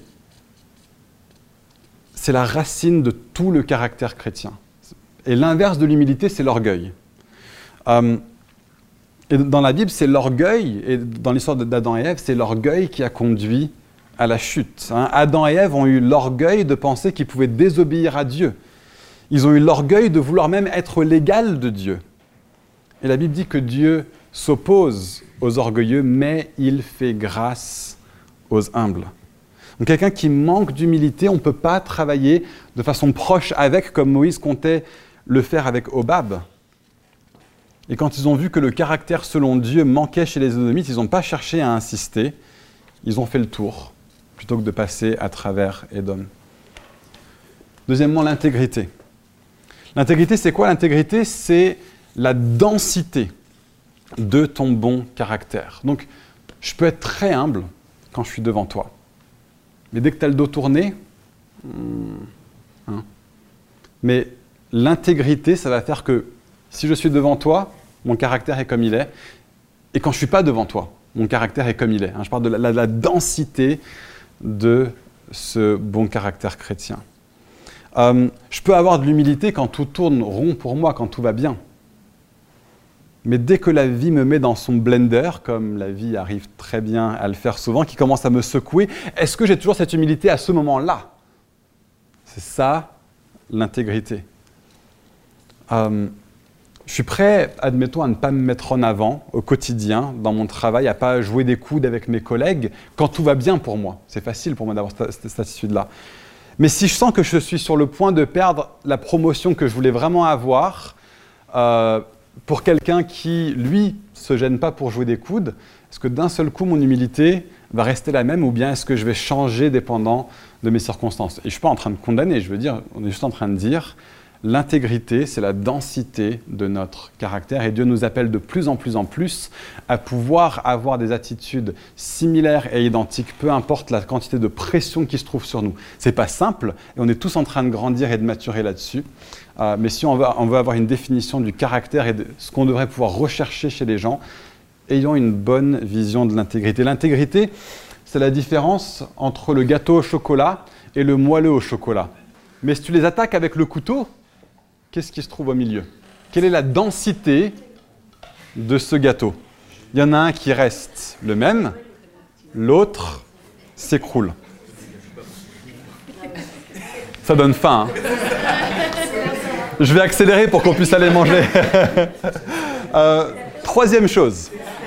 c'est la racine de tout le caractère chrétien. Et l'inverse de l'humilité, c'est l'orgueil. Euh, et dans la Bible, c'est l'orgueil, et dans l'histoire d'Adam et Ève, c'est l'orgueil qui a conduit à la chute. Hein. Adam et Ève ont eu l'orgueil de penser qu'ils pouvaient désobéir à Dieu. Ils ont eu l'orgueil de vouloir même être l'égal de Dieu. Et la Bible dit que Dieu s'oppose aux orgueilleux, mais il fait grâce aux humbles. Donc quelqu'un qui manque d'humilité, on ne peut pas travailler de façon proche avec, comme Moïse comptait le faire avec Hobab. Et quand ils ont vu que le caractère selon Dieu manquait chez les Édomites, ils n'ont pas cherché à insister, ils ont fait le tour, plutôt que de passer à travers Édom. Deuxièmement, l'intégrité. L'intégrité, c'est quoi? L'intégrité, c'est la densité de ton bon caractère. Donc, je peux être très humble quand je suis devant toi. Mais dès que tu as le dos tourné, hmm, hein. Mais l'intégrité, ça va faire que si je suis devant toi, mon caractère est comme il est. Et quand je ne suis pas devant toi, mon caractère est comme il est. Hein. Je parle de la, la, la densité de ce bon caractère chrétien. Euh, je peux avoir de l'humilité quand tout tourne rond pour moi, quand tout va bien. Mais dès que la vie me met dans son blender, comme la vie arrive très bien à le faire souvent, qui commence à me secouer, est-ce que j'ai toujours cette humilité à ce moment-là? C'est ça, l'intégrité. Euh, je suis prêt, admettons, à ne pas me mettre en avant au quotidien, dans mon travail, à ne pas jouer des coudes avec mes collègues, quand tout va bien pour moi. C'est facile pour moi d'avoir cette, cette attitude-là. Mais si je sens que je suis sur le point de perdre la promotion que je voulais vraiment avoir, euh, pour quelqu'un qui, lui, ne se gêne pas pour jouer des coudes, est-ce que d'un seul coup, mon humilité va rester la même ou bien est-ce que je vais changer dépendant de mes circonstances? Et je ne suis pas en train de condamner, je veux dire, on est juste en train de dire, l'intégrité, c'est la densité de notre caractère et Dieu nous appelle de plus en plus en plus à pouvoir avoir des attitudes similaires et identiques, peu importe la quantité de pression qui se trouve sur nous. Ce n'est pas simple et on est tous en train de grandir et de maturer là-dessus. Euh, mais si on veut, on veut avoir une définition du caractère et de ce qu'on devrait pouvoir rechercher chez les gens, ayons une bonne vision de l'intégrité. L'intégrité, c'est la différence entre le gâteau au chocolat et le moelleux au chocolat. Mais si tu les attaques avec le couteau, qu'est-ce qui se trouve au milieu? Quelle est la densité de ce gâteau? Il y en a un qui reste le même, l'autre s'écroule. Ça donne faim, hein? Je vais accélérer pour qu'on puisse aller manger. euh, troisième chose.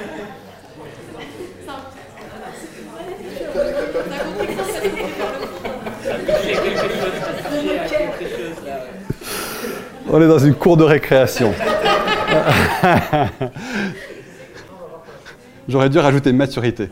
On est dans une cour de récréation. J'aurais dû rajouter maturité.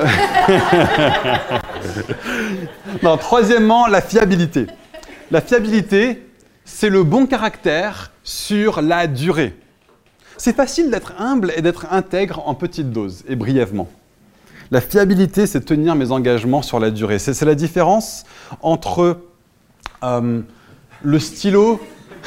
Non, troisièmement, la fiabilité. La fiabilité, c'est le bon caractère sur la durée. C'est facile d'être humble et d'être intègre en petites doses et brièvement. La fiabilité, c'est tenir mes engagements sur la durée. C'est, c'est la différence entre euh, le stylo,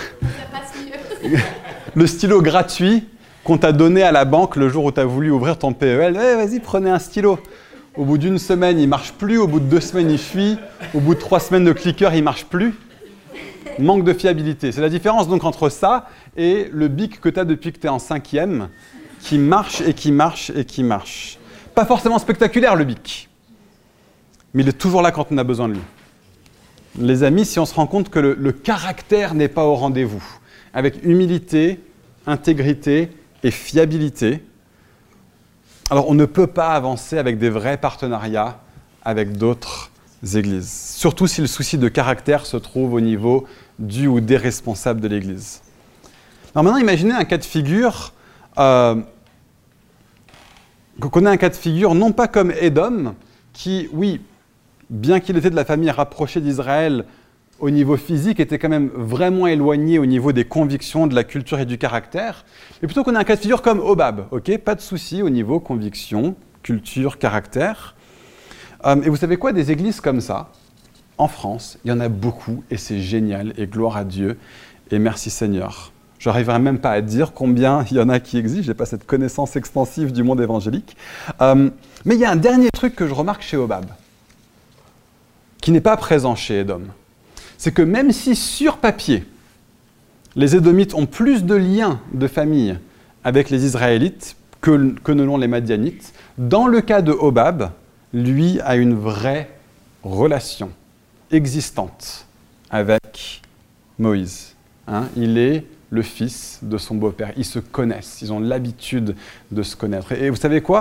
le stylo gratuit qu'on t'a donné à la banque le jour où tu as voulu ouvrir ton P E L. Eh, vas-y, prenez un stylo. Au bout d'une semaine, il ne marche plus. Au bout de deux semaines, il fuit. Au bout de trois semaines de clicker, il ne marche plus. Manque de fiabilité. C'est la différence donc entre ça et le bic que tu as depuis que tu es en cinquième, qui marche et qui marche et qui marche. Pas forcément spectaculaire le bic, mais il est toujours là quand on a besoin de lui. Les amis, si on se rend compte que le, le caractère n'est pas au rendez-vous, avec humilité, intégrité et fiabilité, alors on ne peut pas avancer avec des vrais partenariats avec d'autres églises. Surtout si le souci de caractère se trouve au niveau du ou des responsables de l'église. Alors maintenant, imaginez un cas de figure, euh, qu'on ait un cas de figure non pas comme Édom, qui, oui, bien qu'il était de la famille rapprochée d'Israël, au niveau physique, était quand même vraiment éloigné au niveau des convictions, de la culture et du caractère, mais plutôt qu'on ait un cas de figure comme Hobab, ok, pas de souci au niveau conviction, culture, caractère. Euh, et vous savez quoi, des églises comme ça, en France, il y en a beaucoup, et c'est génial, et gloire à Dieu, et merci Seigneur. Je n'arriverai même pas à dire combien il y en a qui existent, je n'ai pas cette connaissance extensive du monde évangélique. Euh, mais il y a un dernier truc que je remarque chez Hobab, qui n'est pas présent chez Édom. C'est que même si sur papier, les Édomites ont plus de liens de famille avec les Israélites que, que ne l'ont les Madianites, dans le cas de Hobab, lui a une vraie relation existante avec Moïse. Hein, il est le fils de son beau-père. Ils se connaissent, ils ont l'habitude de se connaître. Et, et vous savez quoi ?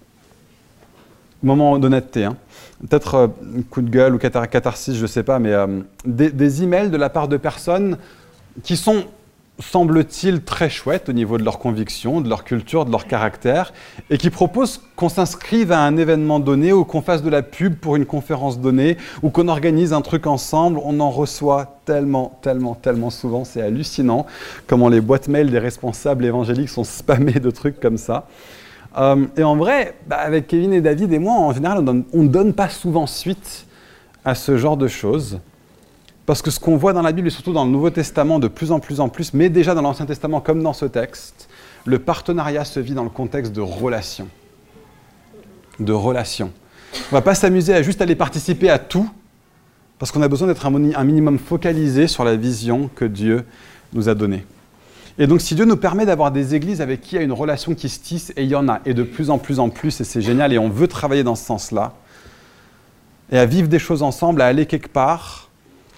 Moment d'honnêteté, hein. Peut-être euh, un coup de gueule ou cathar- catharsis, je ne sais pas, mais euh, des, des emails de la part de personnes qui sont, semble-t-il, très chouettes au niveau de leurs convictions, de leur culture, de leur caractère, et qui proposent qu'on s'inscrive à un événement donné ou qu'on fasse de la pub pour une conférence donnée ou qu'on organise un truc ensemble. On en reçoit tellement, tellement, tellement souvent. C'est hallucinant comment les boîtes mail des responsables évangéliques sont spammées de trucs comme ça. Euh, et en vrai, bah, avec Kevin et David et moi, en général, on ne donne pas souvent suite à ce genre de choses. Parce que ce qu'on voit dans la Bible, et surtout dans le Nouveau Testament, de plus en plus en plus, mais déjà dans l'Ancien Testament comme dans ce texte, le partenariat se vit dans le contexte de relations. De relations. On ne va pas s'amuser à juste aller participer à tout, parce qu'on a besoin d'être un, un minimum focalisé sur la vision que Dieu nous a donnée. Et donc, si Dieu nous permet d'avoir des églises avec qui il y a une relation qui se tisse, et il y en a, et de plus en plus en plus, et c'est génial, et on veut travailler dans ce sens-là, et à vivre des choses ensemble, à aller quelque part,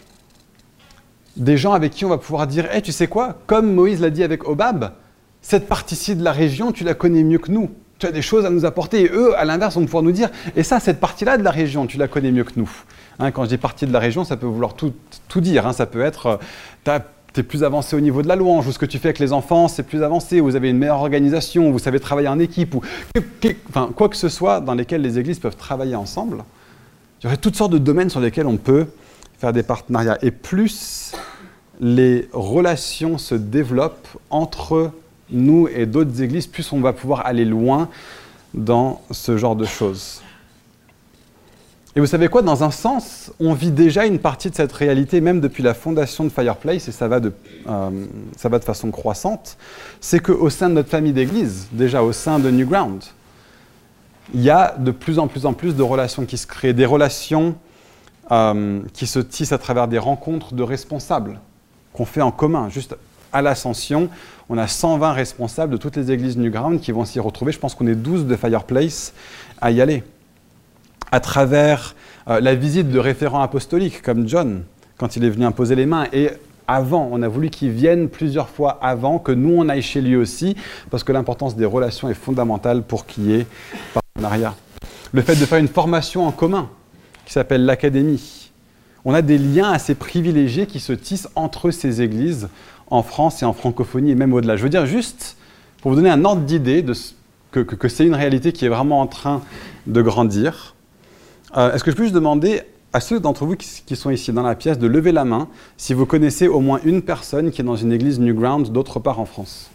des gens avec qui on va pouvoir dire « Hey, tu sais quoi, comme Moïse l'a dit avec Hobab, cette partie-ci de la région, tu la connais mieux que nous. Tu as des choses à nous apporter. » Et eux, à l'inverse, vont pouvoir nous dire « Et ça, cette partie-là de la région, tu la connais mieux que nous. Hein, » Quand je dis partie de la région, ça peut vouloir tout, tout dire. Hein, ça peut être euh, « Tu es plus avancé au niveau de la louange, ou ce que tu fais avec les enfants, c'est plus avancé, ou vous avez une meilleure organisation, ou vous savez travailler en équipe, ou que, que, enfin, quoi que ce soit dans lesquels les églises peuvent travailler ensemble. » Il y aurait toutes sortes de domaines sur lesquels on peut faire des partenariats. Et plus les relations se développent entre nous et d'autres églises, plus on va pouvoir aller loin dans ce genre de choses. Et vous savez quoi, dans un sens, on vit déjà une partie de cette réalité, même depuis la fondation de Fireplace, et ça va de, euh, ça va de façon croissante, c'est qu'au sein de notre famille d'église, déjà au sein de Newground, il y a de plus en plus en plus de relations qui se créent, des relations euh, qui se tissent à travers des rencontres de responsables qu'on fait en commun. Juste à l'Ascension, on a cent vingt responsables de toutes les églises Newground qui vont s'y retrouver. Je pense qu'on est douze de Fireplace à y aller. À travers euh, la visite de référents apostoliques comme John, quand il est venu imposer les mains. Et avant, on a voulu qu'il vienne plusieurs fois avant, que nous on aille chez lui aussi, parce que l'importance des relations est fondamentale pour qu'il y ait partenariat. Le fait de faire une formation en commun, qui s'appelle l'Académie. On a des liens assez privilégiés qui se tissent entre ces églises en France et en francophonie et même au-delà. Je veux dire juste, pour vous donner un ordre d'idée de que, que, que c'est une réalité qui est vraiment en train de grandir. Euh, est-ce que je peux juste demander à ceux d'entre vous qui, qui sont ici dans la pièce de lever la main si vous connaissez au moins une personne qui est dans une église Newground d'autre part en France?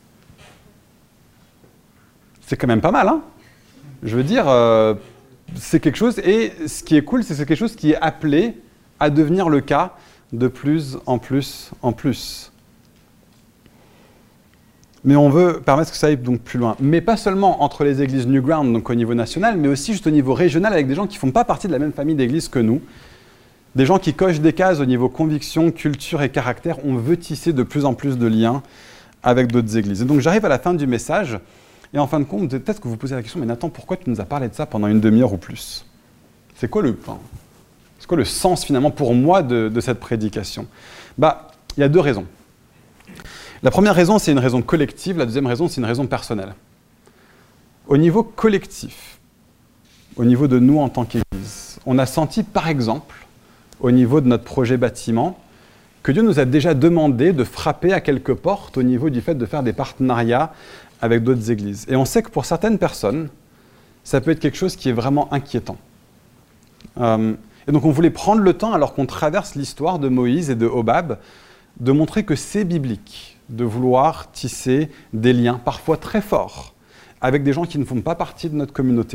C'est quand même pas mal, hein? Je veux dire, euh, c'est quelque chose, et ce qui est cool, c'est que c'est quelque chose qui est appelé à devenir le cas de plus en plus en plus. Mais on veut permettre que ça aille donc plus loin. Mais pas seulement entre les églises Newground, donc au niveau national, mais aussi juste au niveau régional, avec des gens qui ne font pas partie de la même famille d'églises que nous. Des gens qui cochent des cases au niveau conviction, culture et caractère. On veut tisser de plus en plus de liens avec d'autres églises. Et donc j'arrive à la fin du message, et en fin de compte, peut-être que vous vous posez la question, mais Nathan, pourquoi tu nous as parlé de ça pendant une demi-heure ou plus? C'est quoi le, enfin, c'est quoi le sens finalement pour moi de, de cette prédication? Bah, il y a deux raisons. La première raison, c'est une raison collective. La deuxième raison, c'est une raison personnelle. Au niveau collectif, au niveau de nous en tant qu'Église, on a senti, par exemple, au niveau de notre projet bâtiment, que Dieu nous a déjà demandé de frapper à quelques portes au niveau du fait de faire des partenariats avec d'autres églises. Et on sait que pour certaines personnes, ça peut être quelque chose qui est vraiment inquiétant. Euh, et donc on voulait prendre le temps, alors qu'on traverse l'histoire de Moïse et de Hobab, de montrer que c'est biblique de vouloir tisser des liens parfois très forts avec des gens qui ne font pas partie de notre communauté.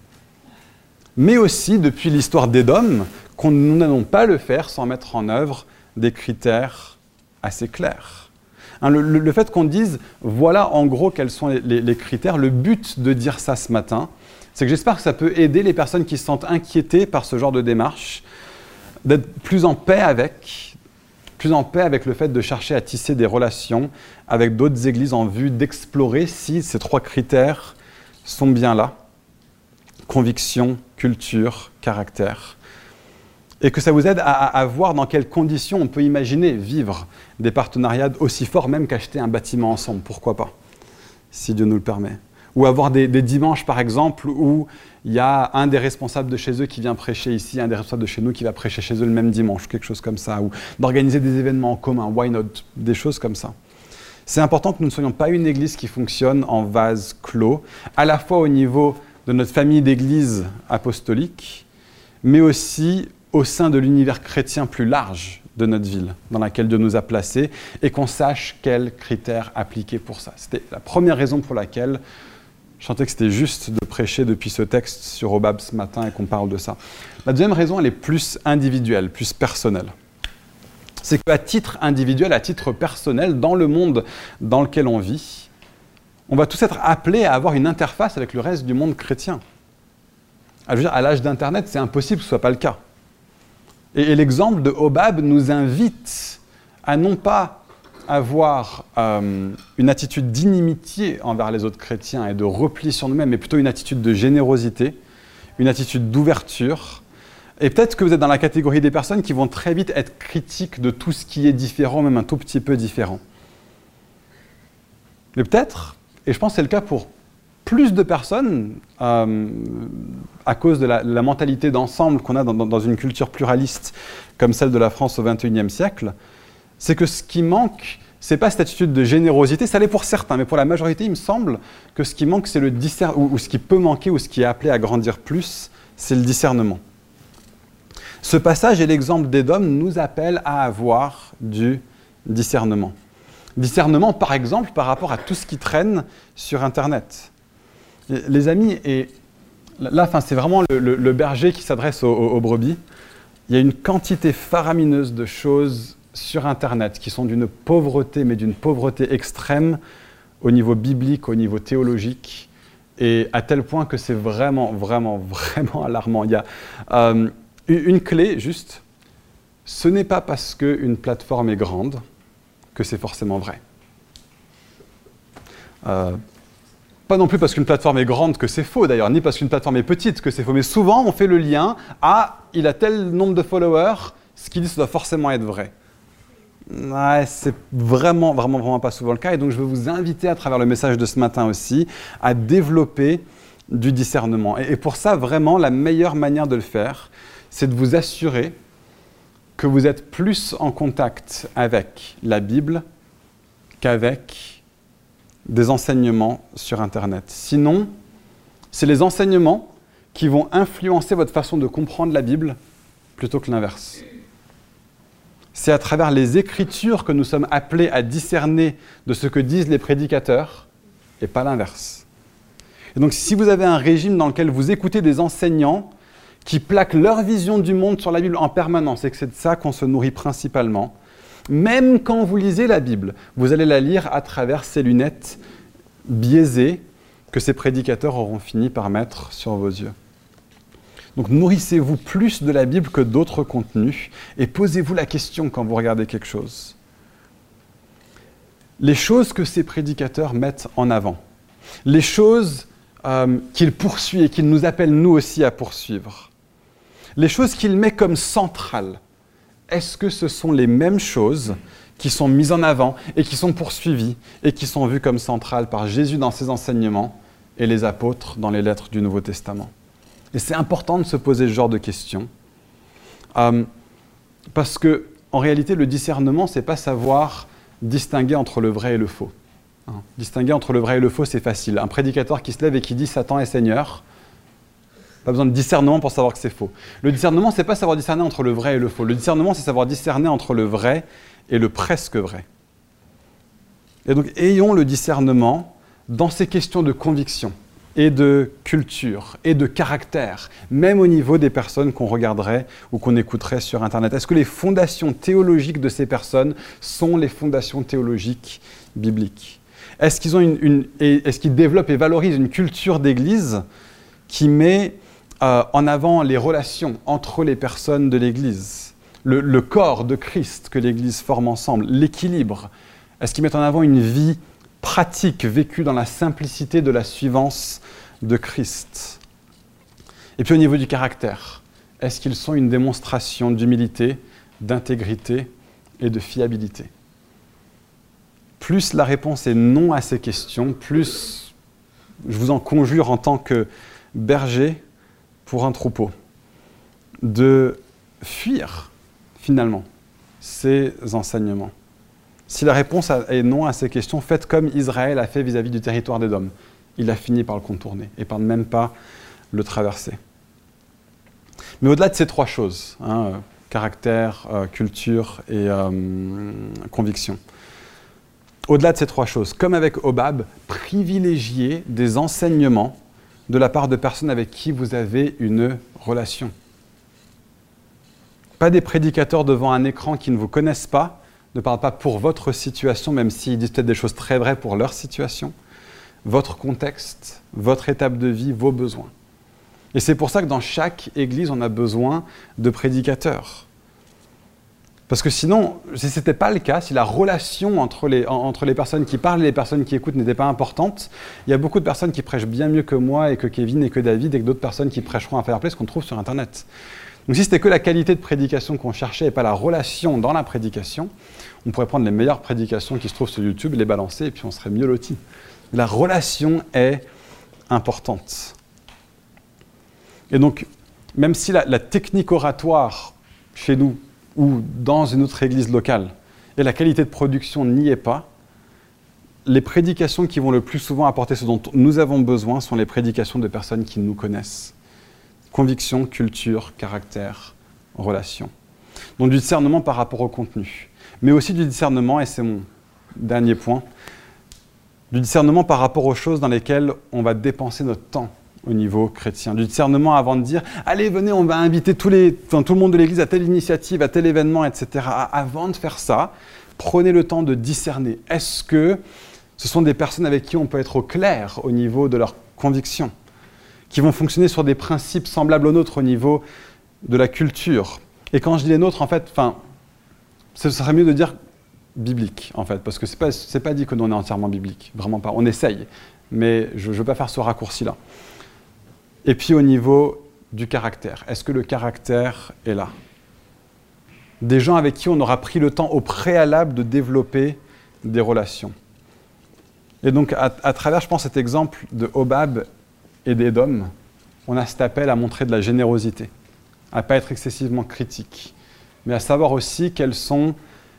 Mais aussi, depuis l'histoire d'Édom, qu'on nous n'allons pas le faire sans mettre en œuvre des critères assez clairs. Hein, le, le, le fait qu'on dise, voilà en gros quels sont les, les, les critères, le but de dire ça ce matin, c'est que j'espère que ça peut aider les personnes qui se sentent inquiétées par ce genre de démarche, d'être plus en paix avec, plus en paix avec le fait de chercher à tisser des relations avec d'autres églises en vue d'explorer si ces trois critères sont bien là. Conviction, culture, caractère. Et que ça vous aide à, à, à voir dans quelles conditions on peut imaginer vivre des partenariats aussi forts même qu'acheter un bâtiment ensemble. Pourquoi pas, si Dieu nous le permet. Ou avoir des, des dimanches, par exemple, où il y a un des responsables de chez eux qui vient prêcher ici, un des responsables de chez nous qui va prêcher chez eux le même dimanche, quelque chose comme ça. Ou d'organiser des événements en commun, why not, des choses comme ça. C'est important que nous ne soyons pas une église qui fonctionne en vase clos, à la fois au niveau de notre famille d'églises apostoliques, mais aussi au sein de l'univers chrétien plus large de notre ville, dans laquelle Dieu nous a placés, et qu'on sache quels critères appliquer pour ça. C'était la première raison pour laquelle je sentais que c'était juste de prêcher depuis ce texte sur Hobab ce matin et qu'on parle de ça. La deuxième raison, elle est plus individuelle, plus personnelle. C'est qu'à titre individuel, à titre personnel, dans le monde dans lequel on vit, on va tous être appelés à avoir une interface avec le reste du monde chrétien. Je veux dire, à l'âge d'Internet, c'est impossible que ce ne soit pas le cas. Et, et l'exemple de Hobab nous invite à non pas avoir euh, une attitude d'inimitié envers les autres chrétiens et de repli sur nous-mêmes, mais plutôt une attitude de générosité, une attitude d'ouverture. Et peut-être que vous êtes dans la catégorie des personnes qui vont très vite être critiques de tout ce qui est différent, même un tout petit peu différent. Mais peut-être, et je pense que c'est le cas pour plus de personnes, euh, à cause de la, la mentalité d'ensemble qu'on a dans, dans, dans une culture pluraliste comme celle de la France au vingt et unième siècle, c'est que ce qui manque, ce n'est pas cette attitude de générosité, ça l'est pour certains, mais pour la majorité, il me semble que ce qui manque, c'est le discernement, ou, ou ce qui peut manquer, ou ce qui est appelé à grandir plus, c'est le discernement. Ce passage et l'exemple d'Édom nous appellent à avoir du discernement. Discernement, par exemple, par rapport à tout ce qui traîne sur Internet. Les amis, et là, c'est vraiment le, le, le berger qui s'adresse aux, aux, aux brebis. Il y a une quantité faramineuse de choses sur Internet qui sont d'une pauvreté, mais d'une pauvreté extrême au niveau biblique, au niveau théologique, et à tel point que c'est vraiment, vraiment, vraiment alarmant. Il y a euh, une clé, juste, ce n'est pas parce qu'une plateforme est grande que c'est forcément vrai. Euh, Pas non plus parce qu'une plateforme est grande que c'est faux d'ailleurs, ni parce qu'une plateforme est petite que c'est faux, mais souvent on fait le lien à « il a tel nombre de followers », ce qui dit ça doit forcément être vrai. Ouais, c'est vraiment, vraiment, vraiment pas souvent le cas, et donc je veux vous inviter à travers le message de ce matin aussi à développer du discernement. Et, et pour ça, vraiment, la meilleure manière de le faire, c'est de vous assurer que vous êtes plus en contact avec la Bible qu'avec des enseignements sur Internet. Sinon, c'est les enseignements qui vont influencer votre façon de comprendre la Bible plutôt que l'inverse. C'est à travers les Écritures que nous sommes appelés à discerner de ce que disent les prédicateurs et pas l'inverse. Et donc, si vous avez un régime dans lequel vous écoutez des enseignants qui plaquent leur vision du monde sur la Bible en permanence, et que c'est de ça qu'on se nourrit principalement, même quand vous lisez la Bible, vous allez la lire à travers ces lunettes biaisées que ces prédicateurs auront fini par mettre sur vos yeux. Donc nourrissez-vous plus de la Bible que d'autres contenus et posez-vous la question quand vous regardez quelque chose. Les choses que ces prédicateurs mettent en avant, les choses euh, qu'ils poursuivent et qu'ils nous appellent nous aussi à poursuivre, les choses qu'ils mettent comme centrales, est-ce que ce sont les mêmes choses qui sont mises en avant et qui sont poursuivies et qui sont vues comme centrales par Jésus dans ses enseignements et les apôtres dans les lettres du Nouveau Testament? Et c'est important de se poser ce genre de questions euh, parce que, en réalité, le discernement, c'est pas savoir distinguer entre le vrai et le faux. Hein. Distinguer entre le vrai et le faux, c'est facile. Un prédicateur qui se lève et qui dit « Satan est Seigneur », pas besoin de discernement pour savoir que c'est faux. Le discernement, c'est pas savoir discerner entre le vrai et le faux. Le discernement, c'est savoir discerner entre le vrai et le presque vrai. Et donc, ayons le discernement dans ces questions de conviction et de culture et de caractère, même au niveau des personnes qu'on regarderait ou qu'on écouterait sur Internet. Est-ce que les fondations théologiques de ces personnes sont les fondations théologiques bibliques? Est-ce qu'ils ont une, une, est-ce qu'ils développent et valorisent une culture d'Église qui met euh, en avant les relations entre les personnes de l'Église, le, le corps de Christ que l'Église forme ensemble, l'équilibre? Est-ce qu'ils mettent en avant une vie pratique vécue dans la simplicité de la suivance de Christ? Et puis au niveau du caractère, est-ce qu'ils sont une démonstration d'humilité, d'intégrité et de fiabilité? Plus la réponse est non à ces questions, plus je vous en conjure en tant que berger pour un troupeau, de fuir finalement ces enseignements. Si la réponse est non à ces questions, faites comme Israël a fait vis-à-vis du territoire d'Édom. Il a fini par le contourner et par ne même pas le traverser. Mais au-delà de ces trois choses, hein, caractère, euh, culture et euh, conviction, au-delà de ces trois choses, comme avec Hobab, privilégiez des enseignements de la part de personnes avec qui vous avez une relation. Pas des prédicateurs devant un écran qui ne vous connaissent pas, ne parlent pas pour votre situation, même s'ils disent peut-être des choses très vraies pour leur situation, votre contexte, votre étape de vie, vos besoins. Et c'est pour ça que dans chaque église, on a besoin de prédicateurs. Parce que sinon, si ce n'était pas le cas, si la relation entre les, entre les personnes qui parlent et les personnes qui écoutent n'était pas importante, il y a beaucoup de personnes qui prêchent bien mieux que moi et que Kevin et que David et que d'autres personnes qui prêcheront à Fireplace qu'on trouve sur Internet. Donc si c'était que la qualité de prédication qu'on cherchait et pas la relation dans la prédication, on pourrait prendre les meilleures prédications qui se trouvent sur YouTube, les balancer et puis on serait mieux lotis. La relation est importante. Et donc, même si la, la technique oratoire chez nous ou dans une autre église locale et la qualité de production n'y est pas, les prédications qui vont le plus souvent apporter ce dont nous avons besoin sont les prédications de personnes qui nous connaissent. Conviction, culture, caractère, relation. Donc du discernement par rapport au contenu. Mais aussi du discernement, et c'est mon dernier point, du discernement par rapport aux choses dans lesquelles on va dépenser notre temps au niveau chrétien. Du discernement avant de dire « Allez, venez, on va inviter tous les, enfin, tout le monde de l'Église à telle initiative, à tel événement, et cetera » Avant de faire ça, prenez le temps de discerner. Est-ce que ce sont des personnes avec qui on peut être au clair au niveau de leurs convictions, qui vont fonctionner sur des principes semblables aux nôtres au niveau de la culture? Et quand je dis les nôtres, en fait, enfin, ce serait mieux de dire biblique, en fait, parce que c'est pas, c'est pas dit que nous on est entièrement biblique, vraiment pas. On essaye, mais je ne veux pas faire ce raccourci-là. Et puis au niveau du caractère, est-ce que le caractère est là? Des gens avec qui on aura pris le temps au préalable de développer des relations. Et donc, à, à travers, je pense, cet exemple de Hobab et d'Édom, on a cet appel à montrer de la générosité, à ne pas être excessivement critique, mais à savoir aussi quelles sont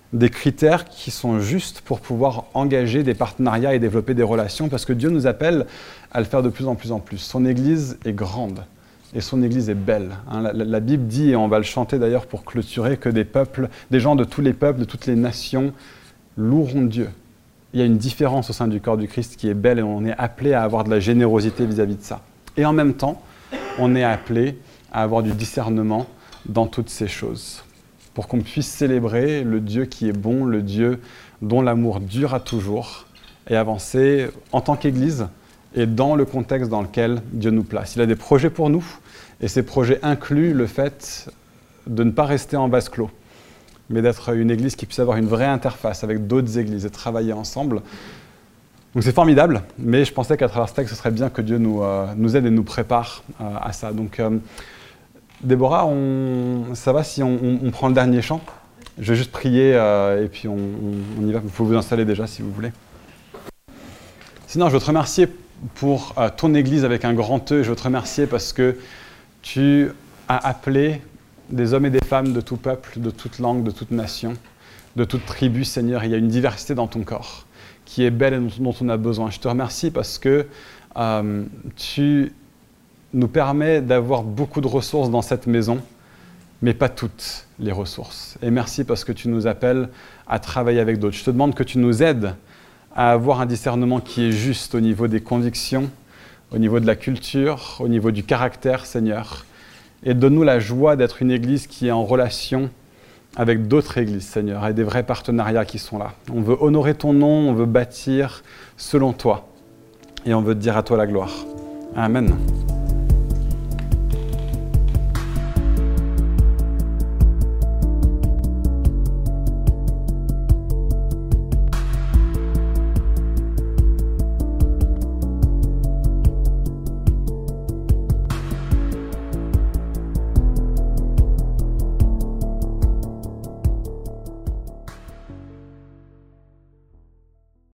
des critères qui sont justes pour pouvoir engager des partenariats et développer des relations, parce que Dieu nous appelle à le faire de plus en plus en plus. Son Église est grande et son Église est belle. Hein, la, la Bible dit, et on va le chanter d'ailleurs pour clôturer, que des peuples, des gens de tous les peuples, de toutes les nations, loueront Dieu. Il y a une différence au sein du corps du Christ qui est belle et on est appelé à avoir de la générosité vis-à-vis de ça. Et en même temps, on est appelé à avoir du discernement dans toutes ces choses, pour qu'on puisse célébrer le Dieu qui est bon, le Dieu dont l'amour dure à toujours, et avancer en tant qu'Église et dans le contexte dans lequel Dieu nous place. Il a des projets pour nous, et ces projets incluent le fait de ne pas rester en vase clos, mais d'être une Église qui puisse avoir une vraie interface avec d'autres Églises et travailler ensemble. Donc c'est formidable, mais je pensais qu'à travers ce texte, ce serait bien que Dieu nous, euh, nous aide et nous prépare euh, à ça. Donc, euh, Déborah, on, ça va si on, on, on prend le dernier chant? Je vais juste prier euh, et puis on, on, on y va. Vous pouvez vous installer déjà si vous voulez. Sinon, je veux te remercier pour euh, ton Église avec un grand E. Je veux te remercier parce que tu as appelé des hommes et des femmes de tout peuple, de toute langue, de toute nation, de toute tribu, Seigneur. Il y a une diversité dans ton corps qui est belle et dont, dont on a besoin. Je te remercie parce que euh, tu nous permets d'avoir beaucoup de ressources dans cette maison, mais pas toutes les ressources. Et merci parce que tu nous appelles à travailler avec d'autres. Je te demande que tu nous aides à avoir un discernement qui est juste au niveau des convictions, au niveau de la culture, au niveau du caractère, Seigneur. Et donne-nous la joie d'être une Église qui est en relation avec d'autres Églises, Seigneur, et des vrais partenariats qui sont là. On veut honorer ton nom, on veut bâtir selon toi, et on veut te dire à toi la gloire. Amen.